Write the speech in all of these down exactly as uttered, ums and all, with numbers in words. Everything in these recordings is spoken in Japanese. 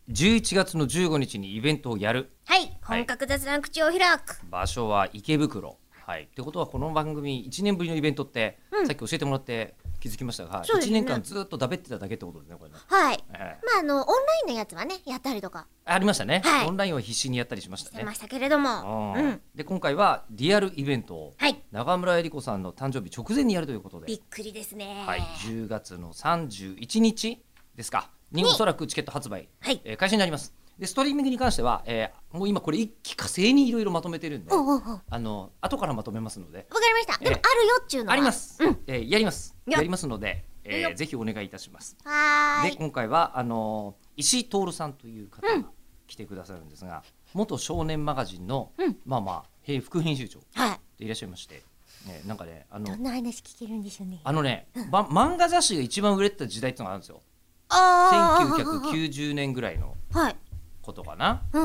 じゅういちがつのじゅうごにちにイベントをやる。 はい、本格雑談口を開く。 場所は池袋。はい。ってことはこの番組いちねんぶりのイベントって、うん、さっき教えてもらって気づきましたが、ね、いちねんかんずっとだべってただけってことですね、これね。 はい。えー、まああのオンラインのやつはねやったりとかありましたね、 はい。 オンラインは必死にやったりしましたね。 してましたけれども。 うん、で今回はリアルイベントを、 はい、 中村江里子さんの誕生日直前にやるということで。 びっくりですね。 はい。じゅうがつのさんじゅういちにちですかにおそらくチケット発売、 はい、 えー、開始になります。でストリーミングに関しては、えー、もう今これ一気呵成にいろいろまとめてるんで、 おうおうおう、 あの後からまとめますので。 わかりました。でもあるよっちゅうのはあります、 うん、 えー、やりますやりますので、えー、ぜひお願いいたします。 はーい。 で今回はあの石井徹さんという方が来てくださるんですが、うん、元少年マガジンの、うん、まあまあ副編集長でいらっしゃいまして、ね、なんかねあのどんな話聞けるんでしょうね。 あのね、うん、漫画雑誌が一番売れてた時代ってのがあるんですよ。 あせんきゅうひゃくきゅうじゅうねんぐらいのことかな、 うんうん、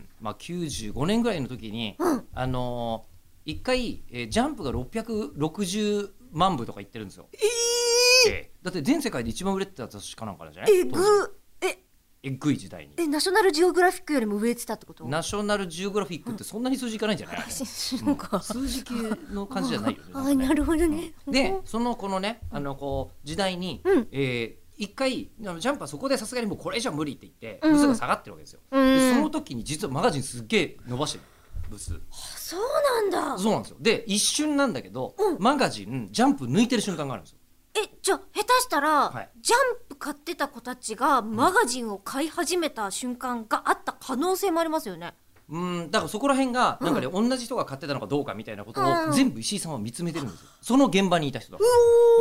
まあ、きゅうじゅうごねんぐらいの時に、 うん、 あのー、いっかい、えー、ジャンプがろっぴゃくろくじゅうまんぶとか言ってるんですよ。 えーえー、だって全世界で一番売れてた雑誌かなんかなんじゃない？ えぐええぐい時代に。 えナショナルジオグラフィックよりも上ってたってこと？ ナショナルジオグラフィックってそんなに数字いかないんじゃない？うん、数字系の感じじゃないよね。 あ、なるほどね。 でそのこのねあのこう時代に、うん、えー一回ジャンプはそこでさすがにもうこれ以上無理って言ってブスが下がってるわけですよ、うん、でその時に実はマガジンすっげえ伸ばしてるブス。 そうなんだ。 そうなんですよ。で一瞬なんだけど、うん、マガジンジャンプ抜いてる瞬間があるんですよ。 えじゃあ下手したら、はい、ジャンプ買ってた子たちがマガジンを買い始めた瞬間があった可能性もありますよね。 うんだからそこら辺がなんかね、うん、同じ人が買ってたのかどうかみたいなことを全部石井さんは見つめてるんですよ。その現場にいた人だから、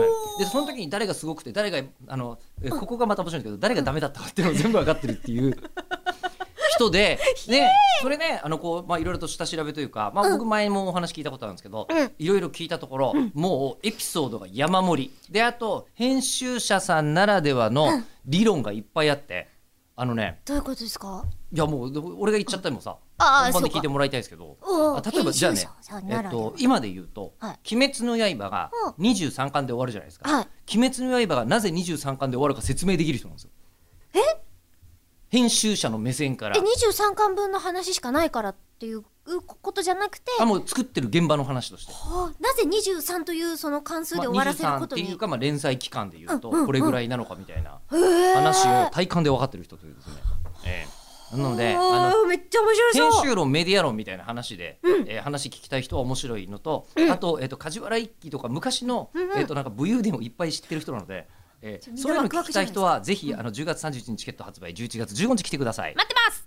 はい、でその時に誰がすごくて誰があのえここがまた面白いんですけど誰がダメだったかっていうのを全部分かってるっていう人で、ね、それねあのこう、まあ、いろいろと下調べというか、まあ、僕前もお話聞いたことあるんですけど、うん、いろいろ聞いたところ、うん、もうエピソードが山盛りで、あと編集者さんならではの理論がいっぱいあって、あのねどういうことですか？ いやもう俺が言っちゃったりもさ、 うん、 本番で聞いてもらいたいですけど、例えばじゃあね、えっと、今で言うと、はい、鬼滅の刃がにじゅうさんかんで終わるじゃないですか、はい、鬼滅の刃がなぜにじゅうさんかんで終わるか説明できる人なんですよ。 え編集者の目線から。 えにじゅうさんかんぶんの話しかないからっていうことじゃなくて、 あもう作ってる現場の話として、 はあ、なぜにじゅうさんというその関数で終わらせることに、 まあ、にじゅうさんっていうか、まあ、連載期間でいうとこれぐらいなのかみたいな話を体感で分かってる人というですね、えーなのであのめっちゃ面白そう。 編集論メディア論みたいな話で、うんえー、話聞きたい人は面白いのと、うん、あと、えー、と梶原一騎とか昔の、うんうんえー、となんか武勇伝をいっぱい知ってる人なので、えー、そういうの聞きたい人はぜひあのじゅうがつさんじゅういちにちチケット発売じゅういちがつじゅうごにち来てください。 待ってます。